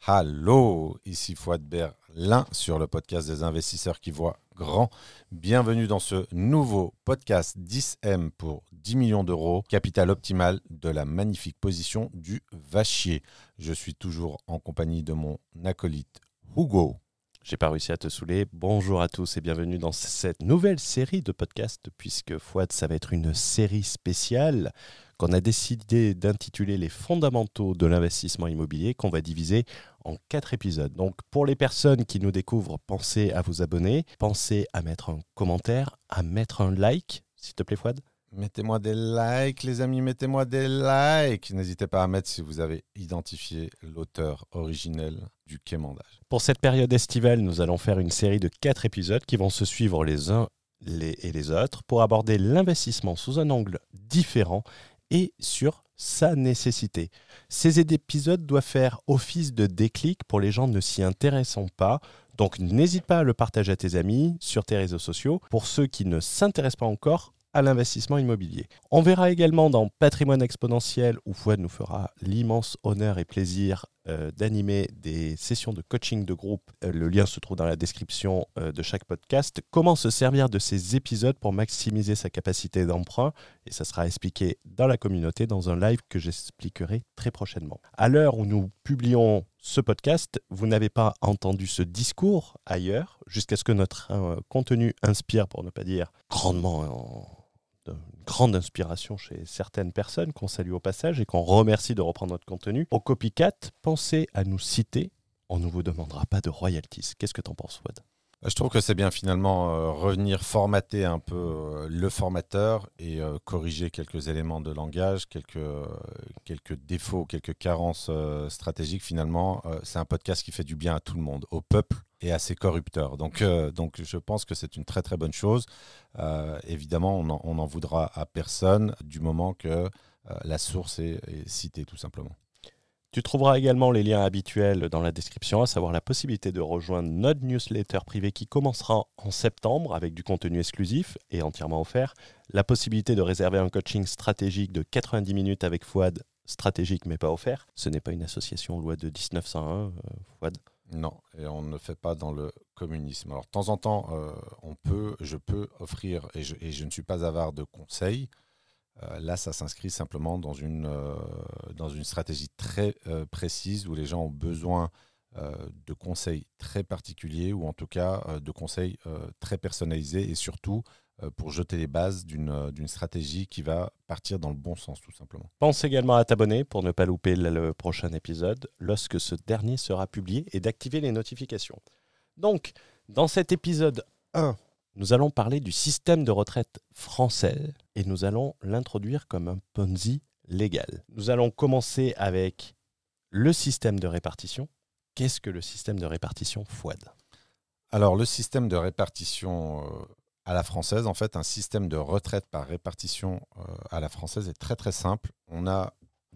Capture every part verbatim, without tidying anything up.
Allô, ici Fouad Berlin sur le podcast des investisseurs qui voient grand. Bienvenue dans ce nouveau podcast dix M pour dix millions d'euros, capital optimal de la magnifique position du Vachier. Je suis toujours en compagnie de mon acolyte Hugo. J'ai pas réussi à te saouler. Bonjour à tous et bienvenue dans cette nouvelle série de podcasts, puisque Fouad, ça va être une série spéciale qu'on a décidé d'intituler les fondamentaux de l'investissement immobilier, qu'on va diviser en quatre épisodes. Donc pour les personnes qui nous découvrent, pensez à vous abonner, pensez à mettre un commentaire, à mettre un like, s'il te plaît Fouad. Mettez-moi des likes, les amis, mettez-moi des likes. N'hésitez pas à mettre si vous avez identifié l'auteur originel du quémandage. Pour cette période estivale, nous allons faire une série de quatre épisodes qui vont se suivre les uns les et les autres pour aborder l'investissement sous un angle différent et sur sa nécessité. Ces épisodes doivent faire office de déclic pour les gens ne s'y intéressant pas. Donc n'hésite pas à le partager à tes amis sur tes réseaux sociaux pour ceux qui ne s'intéressent pas encore à l'investissement immobilier. On verra également dans Patrimoine exponentiel où Fouad nous fera l'immense honneur et plaisir euh, d'animer des sessions de coaching de groupe. Euh, le lien se trouve dans la description euh, de chaque podcast. Comment se servir de ces épisodes pour maximiser sa capacité d'emprunt, et ça sera expliqué dans la communauté dans un live que j'expliquerai très prochainement. À l'heure où nous publions ce podcast, vous n'avez pas entendu ce discours ailleurs jusqu'à ce que notre euh, contenu inspire, pour ne pas dire grandement en une grande inspiration chez certaines personnes qu'on salue au passage et qu'on remercie de reprendre notre contenu. Au copycat, pensez à nous citer, on ne vous demandera pas de royalties. Qu'est-ce que tu en penses, Fouad ? Je trouve que c'est bien finalement euh, revenir formater un peu euh, le formateur et euh, corriger quelques éléments de langage, quelques, euh, quelques défauts, quelques carences euh, stratégiques. Finalement, euh, c'est un podcast qui fait du bien à tout le monde, au peuple et à ses corrupteurs. Donc, euh, donc je pense que c'est une très très bonne chose. Euh, évidemment, on n'en voudra à personne du moment que euh, la source est, est citée tout simplement. Tu trouveras également les liens habituels dans la description, à savoir la possibilité de rejoindre notre newsletter privée qui commencera en septembre avec du contenu exclusif et entièrement offert, la possibilité de réserver un coaching stratégique de quatre-vingt-dix minutes avec Fouad, stratégique mais pas offert. Ce n'est pas une association loi de dix-neuf cent un, euh, Fouad. Non, et on ne fait pas dans le communisme. Alors de temps en temps, euh, on peut, je peux offrir, et je, et je ne suis pas avare de conseils. Euh, là, ça s'inscrit simplement dans une, euh, dans une stratégie très euh, précise où les gens ont besoin euh, de conseils très particuliers ou en tout cas euh, de conseils euh, très personnalisés et surtout euh, pour jeter les bases d'une, euh, d'une stratégie qui va partir dans le bon sens tout simplement. Pense également à t'abonner pour ne pas louper le, le prochain épisode lorsque ce dernier sera publié et d'activer les notifications. Donc, dans cet épisode un, nous allons parler du système de retraite français et nous allons l'introduire comme un Ponzi légal. Nous allons commencer avec le système de répartition. Qu'est-ce que le système de répartition, Fouad ? Alors, le système de répartition euh, à la française, en fait, un système de retraite par répartition euh, à la française est très très simple. On a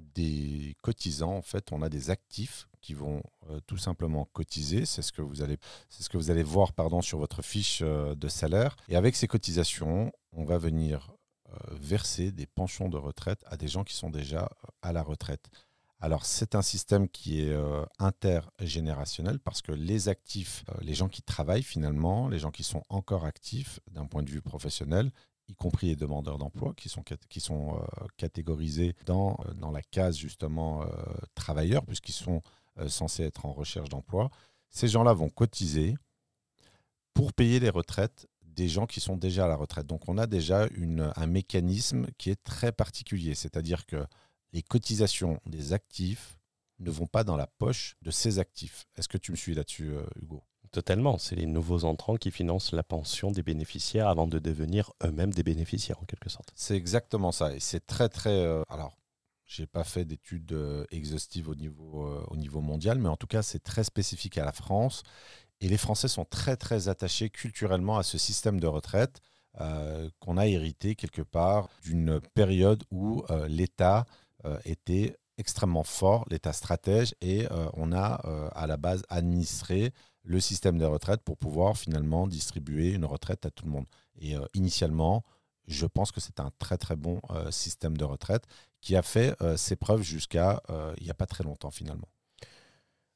des cotisants, en fait, on a des actifs qui vont euh, tout simplement cotiser. C'est ce que vous allez, c'est ce que vous allez voir pardon, sur votre fiche euh, de salaire. Et avec ces cotisations, on va venir euh, verser des pensions de retraite à des gens qui sont déjà euh, à la retraite. Alors, c'est un système qui est euh, intergénérationnel parce que les actifs, euh, les gens qui travaillent finalement, les gens qui sont encore actifs d'un point de vue professionnel, y compris les demandeurs d'emploi qui sont, qui sont euh, catégorisés dans, euh, dans la case justement euh, travailleurs puisqu'ils sont euh, censés être en recherche d'emploi. Ces gens-là vont cotiser pour payer les retraites des gens qui sont déjà à la retraite. Donc on a déjà une, un mécanisme qui est très particulier, c'est-à-dire que les cotisations des actifs ne vont pas dans la poche de ces actifs. Est-ce que tu me suis là-dessus, euh, Hugo ? Totalement, c'est les nouveaux entrants qui financent la pension des bénéficiaires avant de devenir eux-mêmes des bénéficiaires en quelque sorte. C'est exactement ça et c'est très très... Euh, alors, je n'ai pas fait d'études euh, exhaustives au niveau, euh, au niveau mondial, mais en tout cas c'est très spécifique à la France et les Français sont très très attachés culturellement à ce système de retraite euh, qu'on a hérité quelque part d'une période où euh, l'État euh, était extrêmement fort, l'État stratège et euh, on a euh, à la base administré le système de retraite pour pouvoir finalement distribuer une retraite à tout le monde. Et euh, initialement, je pense que c'est un très très bon euh, système de retraite qui a fait euh, ses preuves jusqu'à euh, il n'y a pas très longtemps finalement.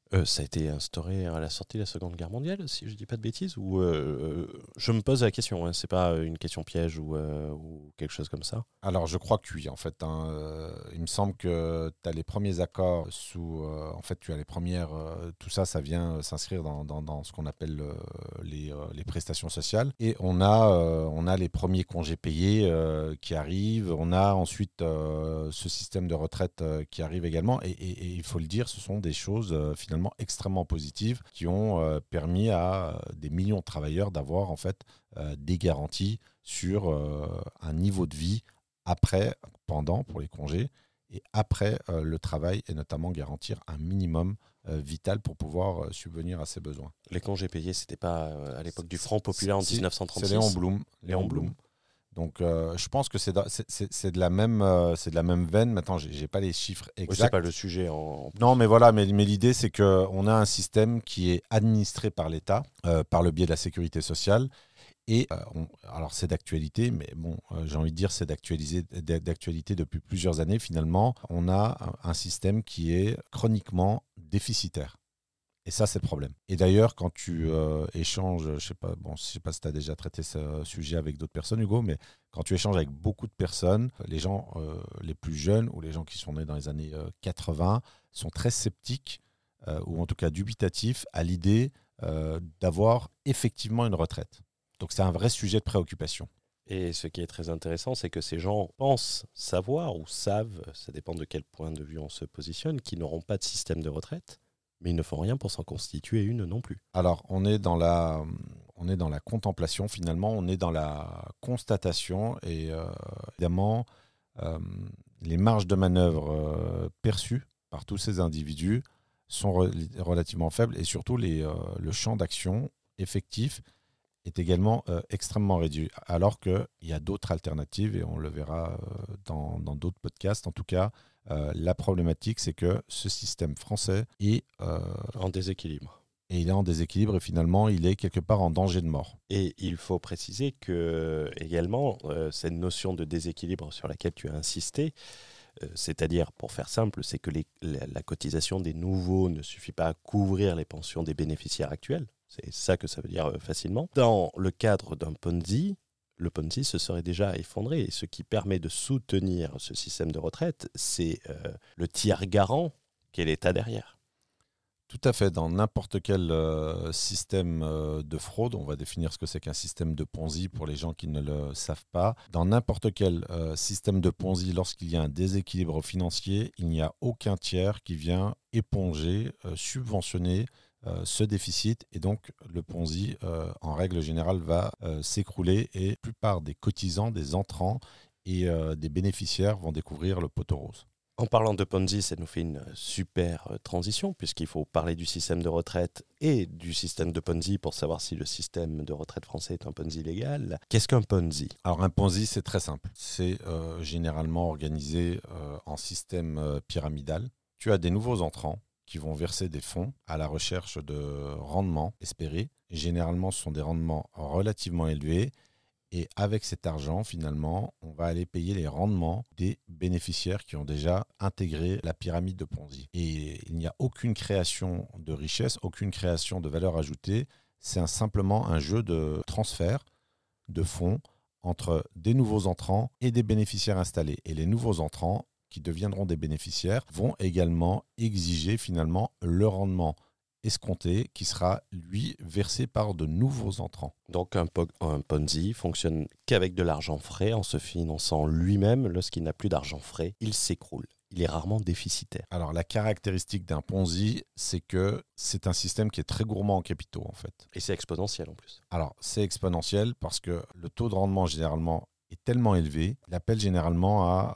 Euh, ça a été instauré à la sortie de la Seconde Guerre mondiale, si je ne dis pas de bêtises, ou euh, je me pose la question, hein, c'est pas une question piège ou, euh, ou quelque chose comme ça. Alors, je crois que oui, en fait. Hein, euh, il me semble que tu as les premiers accords sous... euh, en fait, tu as les premières... euh, tout ça, ça vient s'inscrire dans, dans, dans ce qu'on appelle euh, les, euh, les prestations sociales. Et on a, euh, on a les premiers congés payés euh, qui arrivent. On a ensuite euh, ce système de retraite euh, qui arrive également. Et, et, et il faut le dire, ce sont des choses euh, finalement extrêmement positives qui ont euh, permis à euh, des millions de travailleurs d'avoir en fait euh, des garanties sur euh, un niveau de vie après, pendant pour les congés et après euh, le travail, et notamment garantir un minimum euh, vital pour pouvoir euh, subvenir à ses besoins. Les congés payés, c'était pas euh, à l'époque du Front populaire en Si, dix-neuf cent trente-six. C'est Léon Blum. Léon Blum. Donc, euh, je pense que c'est de, c'est, c'est, c'est de la même, euh, c'est de la même veine. Maintenant, j'ai, j'ai pas les chiffres exacts. Oui, c'est pas le sujet. En... Non, mais voilà. Mais, mais l'idée, c'est que on a un système qui est administré par l'État, euh, par le biais de la sécurité sociale. Et euh, on, alors, c'est d'actualité, mais bon, euh, j'ai envie de dire, c'est d'actualiser, d'actualité depuis plusieurs années. Finalement, on a un, un système qui est chroniquement déficitaire. Et ça, c'est le problème. Et d'ailleurs, quand tu euh, échanges, je ne sais pas, bon, je sais pas si tu as déjà traité ce sujet avec d'autres personnes, Hugo, mais quand tu échanges avec beaucoup de personnes, les gens euh, les plus jeunes ou les gens qui sont nés dans les années euh, quatre-vingts sont très sceptiques, euh, ou en tout cas dubitatifs, à l'idée euh, d'avoir effectivement une retraite. Donc, c'est un vrai sujet de préoccupation. Et ce qui est très intéressant, c'est que ces gens pensent savoir ou savent, ça dépend de quel point de vue on se positionne, qu'ils n'auront pas de système de retraite. Mais ils ne font rien pour s'en constituer une non plus. Alors, on est dans la, on est dans la contemplation, finalement, on est dans la constatation. Et euh, évidemment, euh, les marges de manœuvre euh, perçues par tous ces individus sont re- relativement faibles. Et surtout, les, euh, le champ d'action effectif est également euh, extrêmement réduit. Alors qu'il y a d'autres alternatives, et on le verra euh, dans, dans d'autres podcasts. En tout cas, euh, la problématique, c'est que ce système français est euh, en déséquilibre. Et il est en déséquilibre et finalement, il est quelque part en danger de mort. Et il faut préciser que, également, euh, cette notion de déséquilibre sur laquelle tu as insisté, euh, c'est-à-dire, pour faire simple, c'est que les, la, la cotisation des nouveaux ne suffit pas à couvrir les pensions des bénéficiaires actuels. C'est ça que ça veut dire euh, facilement. Dans le cadre d'un Ponzi, le Ponzi se serait déjà effondré. Et ce qui permet de soutenir ce système de retraite, c'est euh, le tiers garant qu'est l'État derrière. Tout à fait. Dans n'importe quel euh, système euh, de fraude, on va définir ce que c'est qu'un système de Ponzi pour les gens qui ne le savent pas. Dans n'importe quel euh, système de Ponzi, lorsqu'il y a un déséquilibre financier, il n'y a aucun tiers qui vient éponger, euh, subventionner euh, ce déficit. Et donc, le Ponzi, euh, en règle générale, va euh, s'écrouler et la plupart des cotisants, des entrants et euh, des bénéficiaires vont découvrir le poteau rose. En parlant de Ponzi, ça nous fait une super transition puisqu'il faut parler du système de retraite et du système de Ponzi pour savoir si le système de retraite français est un Ponzi légal. Qu'est-ce qu'un Ponzi ? Alors un Ponzi, c'est très simple. C'est euh, généralement organisé euh, en système euh, pyramidal. Tu as des nouveaux entrants qui vont verser des fonds à la recherche de rendements espérés. Généralement, ce sont des rendements relativement élevés. Et avec cet argent, finalement, on va aller payer les rendements des bénéficiaires qui ont déjà intégré la pyramide de Ponzi. Et il n'y a aucune création de richesse, aucune création de valeur ajoutée. C'est un, simplement un jeu de transfert de fonds entre des nouveaux entrants et des bénéficiaires installés. Et les nouveaux entrants, qui deviendront des bénéficiaires, vont également exiger finalement le rendement escompté qui sera, lui, versé par de nouveaux entrants. Donc un, po- un Ponzi fonctionne qu'avec de l'argent frais, en se finançant lui-même. Lorsqu'il n'a plus d'argent frais, il s'écroule. Il est rarement déficitaire. Alors la caractéristique d'un Ponzi, c'est que c'est un système qui est très gourmand en capitaux, en fait. Et c'est exponentiel en plus. Alors c'est exponentiel parce que le taux de rendement, généralement, est tellement élevé, il appelle généralement à,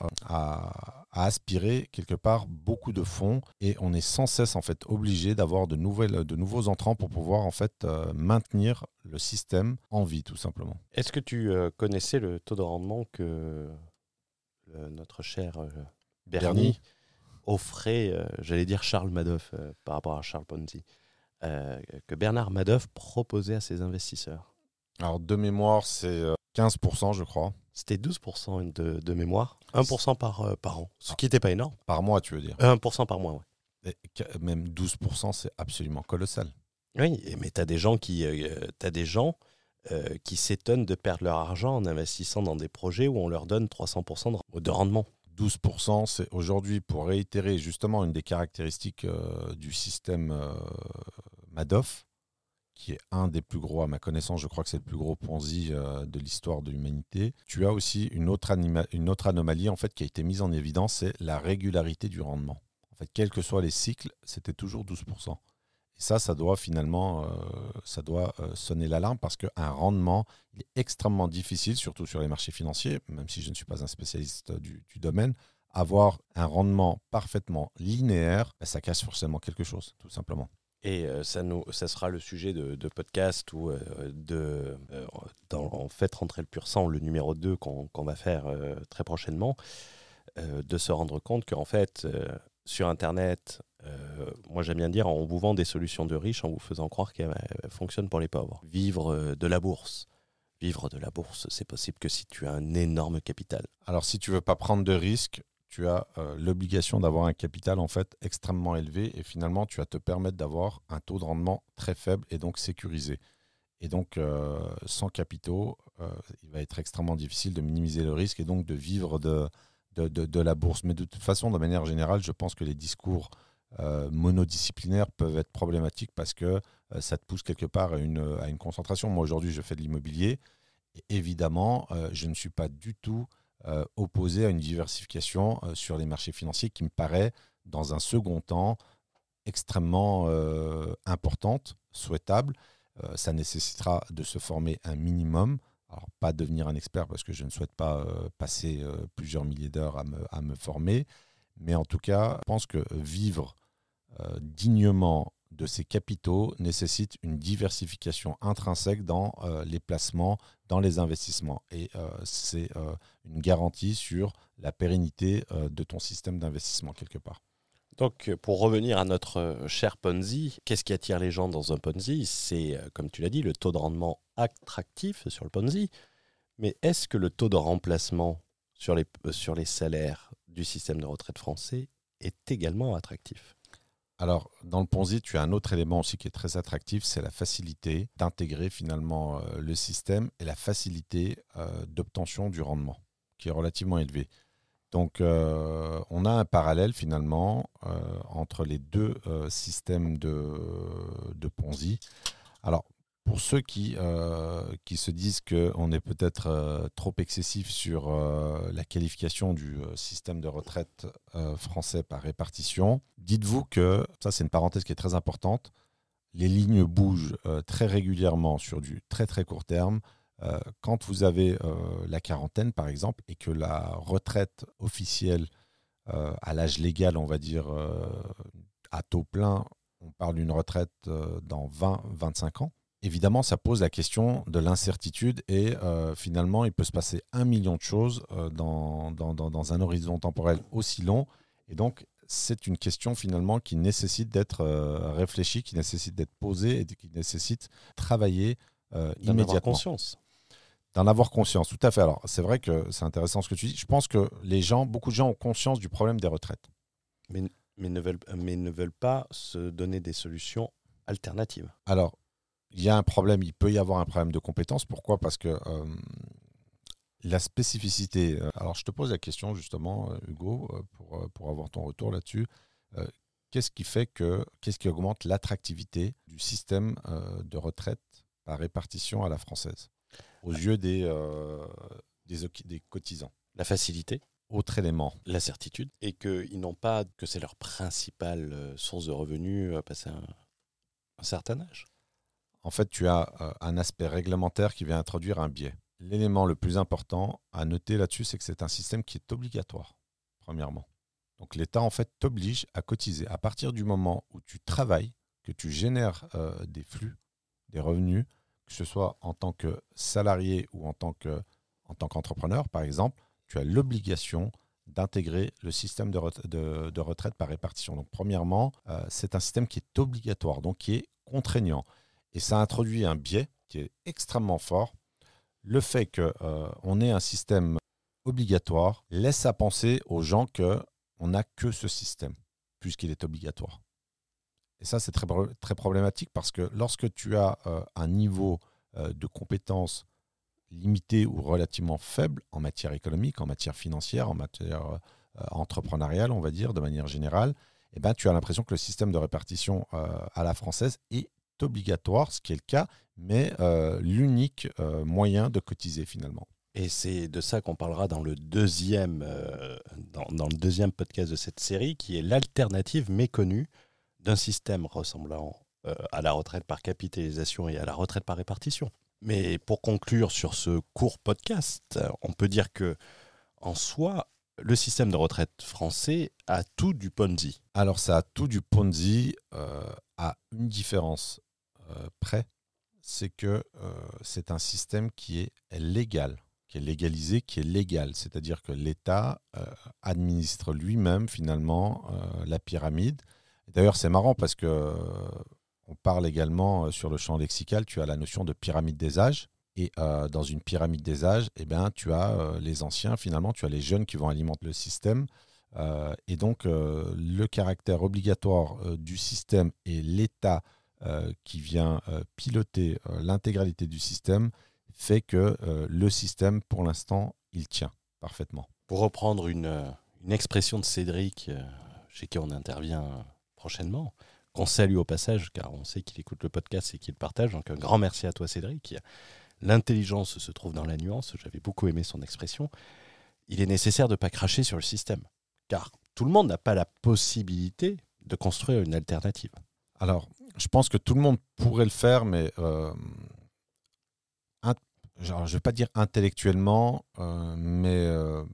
à, à aspirer quelque part beaucoup de fonds et on est sans cesse en fait obligé d'avoir de, nouvelles, de nouveaux entrants pour pouvoir en fait euh, maintenir le système en vie tout simplement. Est-ce que tu euh, connaissais le taux de rendement que le, notre cher euh, Bernie, Bernie offrait, euh, j'allais dire Charles Madoff euh, par rapport à Charles Ponzi, euh, que Bernard Madoff proposait à ses investisseurs? Alors de mémoire, c'est quinze pour cent je crois. C'était douze pour cent de, de mémoire, un pour cent par, euh, par an, ce qui n'était pas énorme. Par mois, tu veux dire? un pour cent par mois, oui. Et même douze pour cent, c'est absolument colossal. Oui, mais tu as des gens qui, euh, t'as des gens, euh, qui s'étonnent de perdre leur argent en investissant dans des projets où on leur donne trois cents pour cent de, de rendement. douze pour cent, c'est aujourd'hui, pour réitérer justement une des caractéristiques euh, du système euh, Madoff, qui est un des plus gros, à ma connaissance, je crois que c'est le plus gros Ponzi euh, de l'histoire de l'humanité. Tu as aussi une autre, anima- une autre anomalie en fait, qui a été mise en évidence, c'est la régularité du rendement. En fait, quels que soient les cycles, c'était toujours douze pour cent. Et ça, ça doit finalement euh, ça doit, euh, sonner l'alarme parce qu'un rendement il est extrêmement difficile, surtout sur les marchés financiers, même si je ne suis pas un spécialiste du, du domaine. Avoir un rendement parfaitement linéaire, ça cache forcément quelque chose, tout simplement. Et euh, ça, nous, ça sera le sujet de, de podcast ou euh, de, euh, dans, en fait, Rentrer le pur sang, le numéro deux qu'on qu'on va faire euh, très prochainement, euh, de se rendre compte qu'en fait, euh, sur Internet, euh, moi j'aime bien dire, on vous vend des solutions de riches en vous faisant croire qu'elles euh, fonctionnent pour les pauvres. Vivre euh, de la bourse. Vivre de la bourse, c'est possible que si tu as un énorme capital. Alors, si tu ne veux pas prendre de risques, tu as euh, l'obligation d'avoir un capital en fait extrêmement élevé et finalement, tu vas te permettre d'avoir un taux de rendement très faible et donc sécurisé. Et donc, euh, sans capitaux, euh, il va être extrêmement difficile de minimiser le risque et donc de vivre de, de, de, de la bourse. Mais de toute façon, de manière générale, je pense que les discours euh, monodisciplinaires peuvent être problématiques parce que euh, ça te pousse quelque part à une, à une concentration. Moi, aujourd'hui, je fais de l'immobilier. Et évidemment, euh, je ne suis pas du tout euh, opposé à une diversification euh, sur les marchés financiers qui me paraît, dans un second temps, extrêmement euh, importante, souhaitable. Euh, ça nécessitera de se former un minimum. Alors, pas devenir un expert parce que je ne souhaite pas euh, passer euh, plusieurs milliers d'heures à me, à me former. Mais en tout cas, je pense que vivre euh, dignement de ces capitaux nécessite une diversification intrinsèque dans euh, les placements, dans les investissements. Et euh, c'est euh, une garantie sur la pérennité euh, de ton système d'investissement quelque part. Donc, pour revenir à notre cher Ponzi, qu'est-ce qui attire les gens dans un Ponzi? C'est, comme tu l'as dit, le taux de rendement attractif sur le Ponzi. Mais est-ce que le taux de remplacement sur les, sur les salaires du système de retraite français est également attractif? Alors, dans le Ponzi, tu as un autre élément aussi qui est très attractif, c'est la facilité d'intégrer finalement euh, le système et la facilité euh, d'obtention du rendement, qui est relativement élevé. Donc, euh, on a un parallèle finalement euh, entre les deux euh, systèmes de, de Ponzi. Alors, pour ceux qui, euh, qui se disent qu'on est peut-être euh, trop excessif sur euh, la qualification du euh, système de retraite euh, français par répartition, dites-vous que, ça c'est une parenthèse qui est très importante, les lignes bougent euh, très régulièrement sur du très très court terme. Euh, quand vous avez euh, la quarantaine, par exemple, et que la retraite officielle euh, à l'âge légal, on va dire, euh, à taux plein, on parle d'une retraite euh, dans vingt à vingt-cinq ans, évidemment, ça pose la question de l'incertitude et euh, finalement, il peut se passer un million de choses euh, dans, dans, dans, dans un horizon temporel aussi long. Et donc, c'est une question finalement qui nécessite d'être euh, réfléchie, qui nécessite d'être posée et qui nécessite de travailler euh, D'en immédiatement. avoir conscience. D'en avoir conscience, tout à fait. Alors, c'est vrai que c'est intéressant ce que tu dis. Je pense que les gens, beaucoup de gens ont conscience du problème des retraites. Mais, mais, ne, veulent, mais ne veulent pas se donner des solutions alternatives. Alors, il y a un problème, il peut y avoir un problème de compétence. Pourquoi ? Parce que euh, la spécificité... Euh, alors, je te pose la question, justement, euh, Hugo, euh, pour, euh, pour avoir ton retour là-dessus. Euh, qu'est-ce qui fait que... Qu'est-ce qui augmente l'attractivité du système euh, de retraite par répartition à la française, aux yeux des, euh, des, des cotisants ? La facilité. Autre élément. La certitude. Et qu'ils n'ont pas... que c'est leur principale source de revenus à passer un, un certain âge. En fait, tu as euh, un aspect réglementaire qui vient introduire un biais. L'élément le plus important à noter là-dessus, c'est que c'est un système qui est obligatoire, premièrement. Donc l'État, en fait, t'oblige à cotiser. À partir du moment où tu travailles, que tu génères euh, des flux, des revenus, que ce soit en tant que salarié ou en tant que, en tant qu'entrepreneur, par exemple, tu as l'obligation d'intégrer le système de, ret- de, de retraite par répartition. Donc premièrement, euh, c'est un système qui est obligatoire, donc qui est contraignant. Et ça introduit un biais qui est extrêmement fort. Le fait qu'on euh, ait un système obligatoire laisse à penser aux gens qu'on n'a que ce système. plus qu'il est obligatoire. Et ça, c'est très, très problématique parce que lorsque tu as euh, un niveau euh, de compétences limité ou relativement faible en matière économique, en matière financière, en matière euh, entrepreneuriale, on va dire, de manière générale, eh ben, tu as l'impression que le système de répartition euh, à la française est obligatoire, ce qui est le cas, mais euh, l'unique euh, moyen de cotiser finalement. Et c'est de ça qu'on parlera dans le deuxième, euh, dans, dans le deuxième podcast de cette série, qui est l'alternative méconnue d'un système ressemblant euh, à la retraite par capitalisation et à la retraite par répartition. Mais pour conclure sur ce court podcast, on peut dire que, en soi, le système de retraite français a tout du Ponzi. Alors ça a tout du Ponzi euh, à une différence euh, près, c'est que euh, c'est un système qui est légal, qui est légalisé, qui est légal. C'est-à-dire que l'État euh, administre lui-même finalement euh, la pyramide. D'ailleurs c'est marrant parce que euh, on parle également euh, sur le champ lexical, tu as la notion de pyramide des âges. Et euh, dans une pyramide des âges, eh ben, tu as euh, les anciens, finalement, tu as les jeunes qui vont alimenter le système. Euh, et donc, euh, le caractère obligatoire euh, du système et l'État euh, qui vient euh, piloter euh, l'intégralité du système fait que euh, le système, pour l'instant, il tient parfaitement. Pour reprendre une, une expression de Cédric, euh, chez qui on intervient prochainement, qu'on salue au passage, car on sait qu'il écoute le podcast et qu'il le partage. Donc, un grand merci à toi, Cédric. L'intelligence se trouve dans la nuance, j'avais beaucoup aimé son expression. Il est nécessaire de ne pas cracher sur le système, car tout le monde n'a pas la possibilité de construire une alternative. Alors, je pense que tout le monde pourrait le faire, mais euh, int- genre, je ne vais pas dire intellectuellement, euh, mais euh,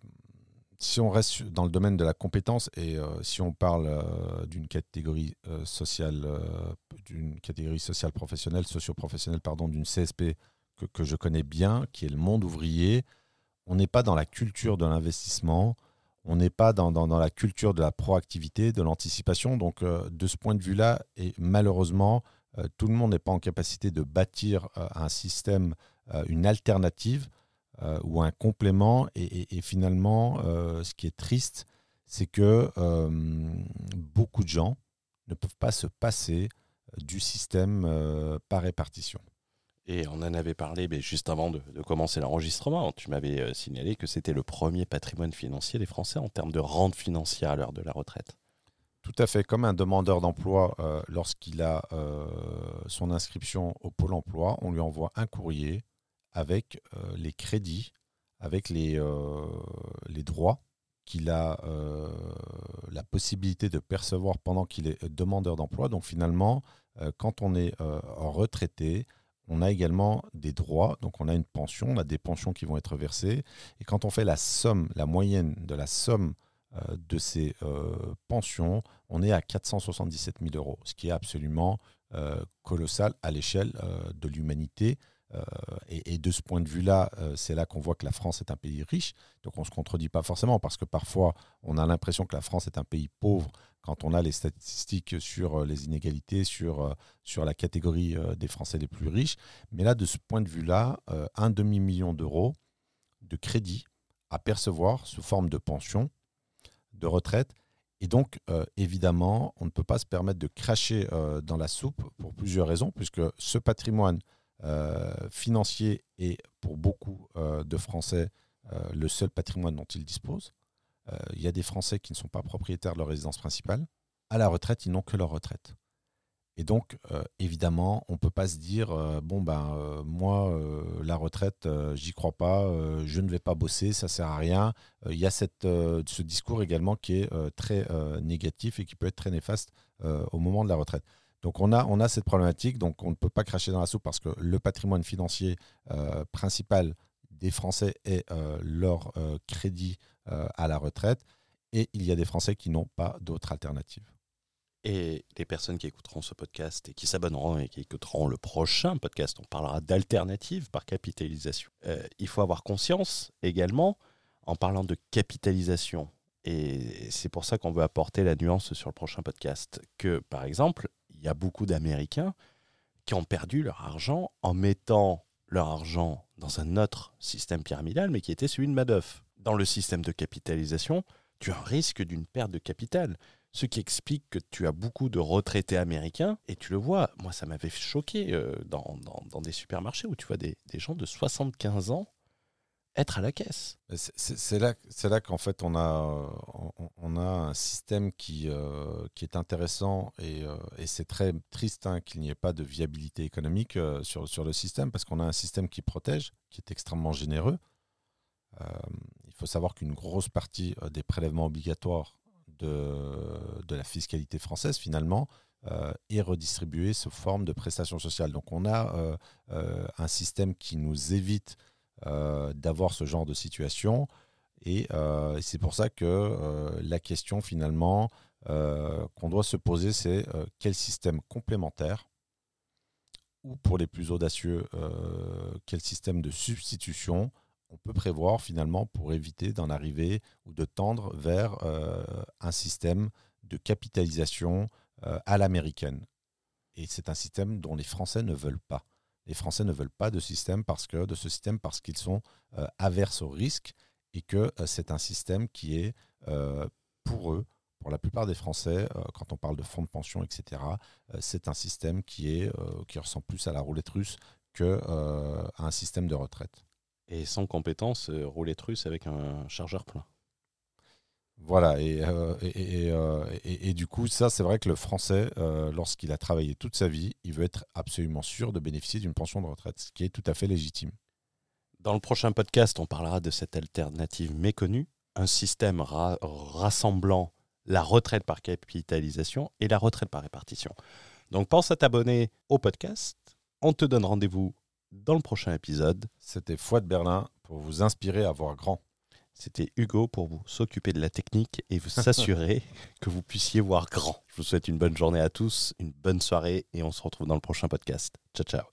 si on reste dans le domaine de la compétence et euh, si on parle euh, d'une catégorie euh, sociale, euh, d'une catégorie sociale professionnelle, socio-professionnelle, pardon, d'une C S P, Que, que je connais bien, qui est le monde ouvrier, on n'est pas dans la culture de l'investissement, on n'est pas dans, dans, dans la culture de la proactivité, de l'anticipation. Donc, euh, de ce point de vue-là, et malheureusement, euh, tout le monde n'est pas en capacité de bâtir euh, un système, euh, une alternative euh, ou un complément. Et, et, et finalement, euh, ce qui est triste, c'est que euh, beaucoup de gens ne peuvent pas se passer du système euh, par répartition. Et on en avait parlé mais juste avant de, de commencer l'enregistrement. Tu m'avais euh, signalé que c'était le premier patrimoine financier des Français en termes de rente financière à l'heure de la retraite. Tout à fait. Comme un demandeur d'emploi, euh, lorsqu'il a euh, son inscription au Pôle emploi, on lui envoie un courrier avec euh, les crédits, avec les, euh, les droits qu'il a euh, la possibilité de percevoir pendant qu'il est demandeur d'emploi. Donc finalement, euh, quand on est euh, retraité, on a également des droits, donc on a une pension, on a des pensions qui vont être versées. Et quand on fait la somme, la moyenne de la somme euh, de ces euh, pensions, on est à quatre cent soixante-dix-sept mille euros, ce qui est absolument euh, colossal à l'échelle euh, de l'humanité. Euh, et, et de ce point de vue-là, euh, c'est là qu'on voit que la France est un pays riche. Donc on ne se contredit pas forcément parce que parfois on a l'impression que la France est un pays pauvre quand on a les statistiques sur les inégalités, sur, sur la catégorie des Français les plus riches. Mais là, de ce point de vue-là, euh, un demi-million d'euros de crédit à percevoir sous forme de pension, de retraite. Et donc, euh, évidemment, on ne peut pas se permettre de cracher euh, dans la soupe pour plusieurs raisons, puisque ce patrimoine euh, financier est pour beaucoup euh, de Français euh, le seul patrimoine dont ils disposent. Il euh, y a des Français qui ne sont pas propriétaires de leur résidence principale. À la retraite, ils n'ont que leur retraite. Et donc, euh, évidemment, on ne peut pas se dire euh, bon, ben, euh, moi, euh, la retraite, euh, j'y crois pas, euh, je ne vais pas bosser, ça ne sert à rien. Il euh, y a cette, euh, ce discours également qui est euh, très euh, négatif et qui peut être très néfaste euh, au moment de la retraite. Donc, on a, on a cette problématique. Donc, on ne peut pas cracher dans la soupe parce que le patrimoine financier euh, principal des Français est euh, leur euh, crédit euh, à la retraite. Et il y a des Français qui n'ont pas d'autre alternative. Et les personnes qui écouteront ce podcast et qui s'abonneront et qui écouteront le prochain podcast, on parlera d'alternatives par capitalisation. Euh, il faut avoir conscience également, en parlant de capitalisation, et c'est pour ça qu'on veut apporter la nuance sur le prochain podcast, que par exemple, il y a beaucoup d'Américains qui ont perdu leur argent en mettant leur argent dans un autre système pyramidal, mais qui était celui de Madoff. Dans le système de capitalisation, tu as un risque d'une perte de capital. Ce qui explique que tu as beaucoup de retraités américains, et tu le vois, moi ça m'avait choqué euh, dans, dans, dans des supermarchés où tu vois des, des gens de soixante-quinze ans être à la caisse. C'est, c'est, c'est là, c'est là qu'en fait on a, on, on a un système qui, euh, qui est intéressant et, euh, et c'est très triste hein, qu'il n'y ait pas de viabilité économique euh, sur, sur le système parce qu'on a un système qui protège, qui est extrêmement généreux. Euh, il faut savoir qu'une grosse partie euh, des prélèvements obligatoires de, de la fiscalité française finalement euh, est redistribuée sous forme de prestations sociales. Donc on a euh, euh, un système qui nous évite Euh, d'avoir ce genre de situation et euh, c'est pour ça que euh, la question finalement euh, qu'on doit se poser c'est euh, quel système complémentaire ou pour les plus audacieux euh, quel système de substitution on peut prévoir finalement pour éviter d'en arriver ou de tendre vers euh, un système de capitalisation euh, à l'américaine et c'est un système dont les Français ne veulent pas. Les Français ne veulent pas de système parce que de ce système parce qu'ils sont euh, averses au risque et que euh, c'est un système qui est euh, pour eux, pour la plupart des Français, euh, quand on parle de fonds de pension, et cetera, euh, c'est un système qui est euh, qui ressemble plus à la roulette russe que euh, à un système de retraite. Et sans compétence, euh, roulette russe avec un chargeur plein. Voilà, et, euh, et, et, euh, et, et du coup, ça, c'est vrai que le Français, euh, lorsqu'il a travaillé toute sa vie, il veut être absolument sûr de bénéficier d'une pension de retraite, ce qui est tout à fait légitime. Dans le prochain podcast, on parlera de cette alternative méconnue, un système ra- rassemblant la retraite par capitalisation et la retraite par répartition. Donc pense à t'abonner au podcast. On te donne rendez-vous dans le prochain épisode. C'était Fouad Berlin pour vous inspirer à voir grand. C'était Hugo pour vous s'occuper de la technique et vous s'assurer que vous puissiez voir grand. Je vous souhaite une bonne journée à tous, une bonne soirée et on se retrouve dans le prochain podcast. Ciao, ciao.